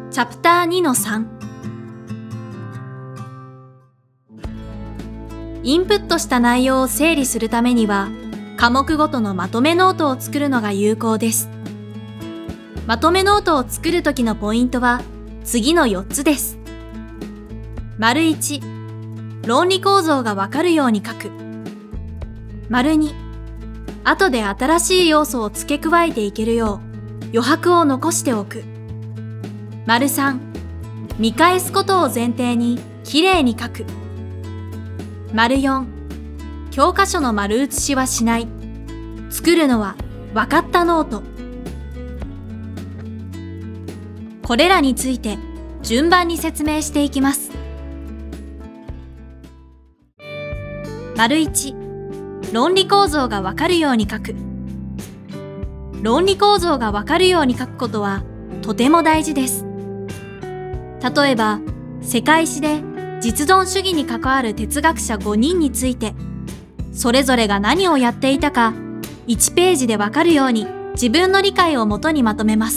チャプター2-3 インプットした内容を整理するためには、科目ごとのまとめノートを作るのが有効です。まとめノートを作るときのポイントは次の4つです。1、論理構造がわかるように書く。2、後で新しい要素を付け加えていけるよう余白を残しておく。3、見返すことを前提にきれいに書く。4、教科書の丸写しはしない。作るのは分かったノート。これらについて順番に説明していきます。1、論理構造が分かるように書く。論理構造が分かるように書くことはとても大事です。例えば、世界史で実存主義に関わる哲学者5人について、それぞれが何をやっていたか1ページで分かるように自分の理解をもとにまとめます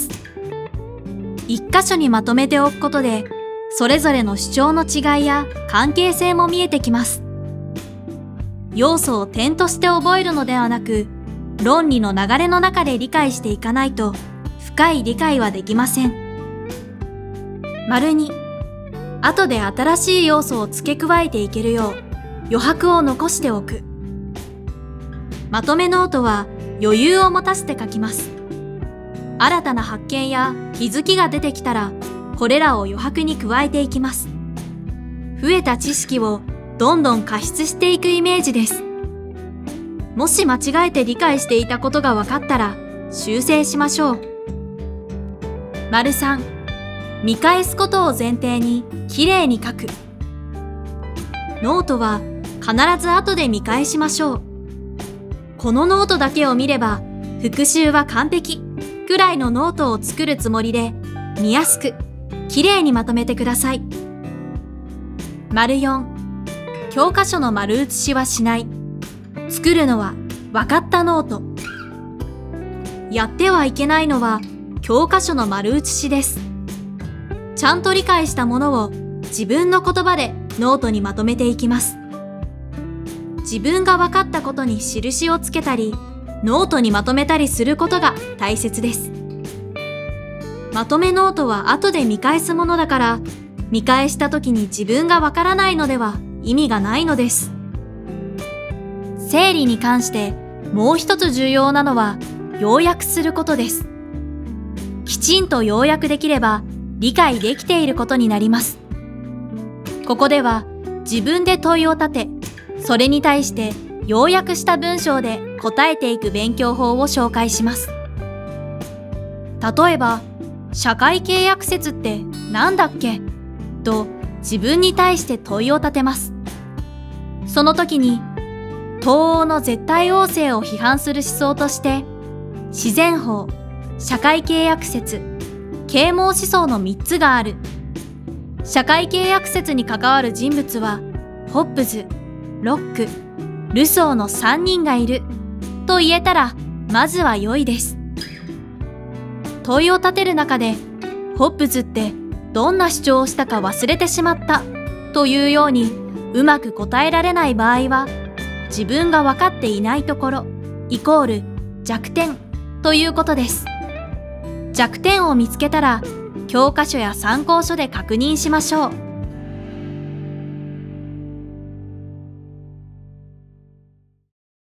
。1箇所にまとめておくことで、それぞれの主張の違いや関係性も見えてきます。要素を点として覚えるのではなく、論理の流れの中で理解していかないと深い理解はできません。2、後で新しい要素を付け加えていけるよう余白を残しておく。まとめノートは余裕を持たせて書きます。新たな発見や気づきが出てきたら、これらを余白に加えていきます。増えた知識をどんどん加筆していくイメージです。もし間違えて理解していたことが分かったら修正しましょう。3、見返すことを前提にきれいに書く。ノートは必ず後で見返しましょう。このノートだけを見れば復習は完璧くらいのノートを作るつもりで、見やすくきれいにまとめてください。4、教科書の丸写しはしない。作るのは分かったノート。やってはいけないのは教科書の丸写しです。ちゃんと理解したものを自分の言葉でノートにまとめていきます。自分が分かったことに印をつけたり、ノートにまとめたりすることが大切です。まとめノートは後で見返すものだから、見返した時に自分が分からないのでは意味がないのです。整理に関してもう一つ重要なのは要約することです。きちんと要約できれば理解できていることになります。ここでは自分で問いを立て、それに対して要約した文章で答えていく勉強法を紹介します。例えば、社会契約説って何だっけと自分に対して問いを立てます。その時に、東欧の絶対王政を批判する思想として、自然法、社会契約説、啓蒙思想の3つがある。社会契約説に関わる人物は、ホッブズ、ロック、ルソーの3人がいると言えたら、まずは良いです。問いを立てる中で、ホッブズってどんな主張をしたか忘れてしまったというようにうまく答えられない場合は、自分が分かっていないところイコール弱点ということです。弱点を見つけたら教科書や参考書で確認しましょう。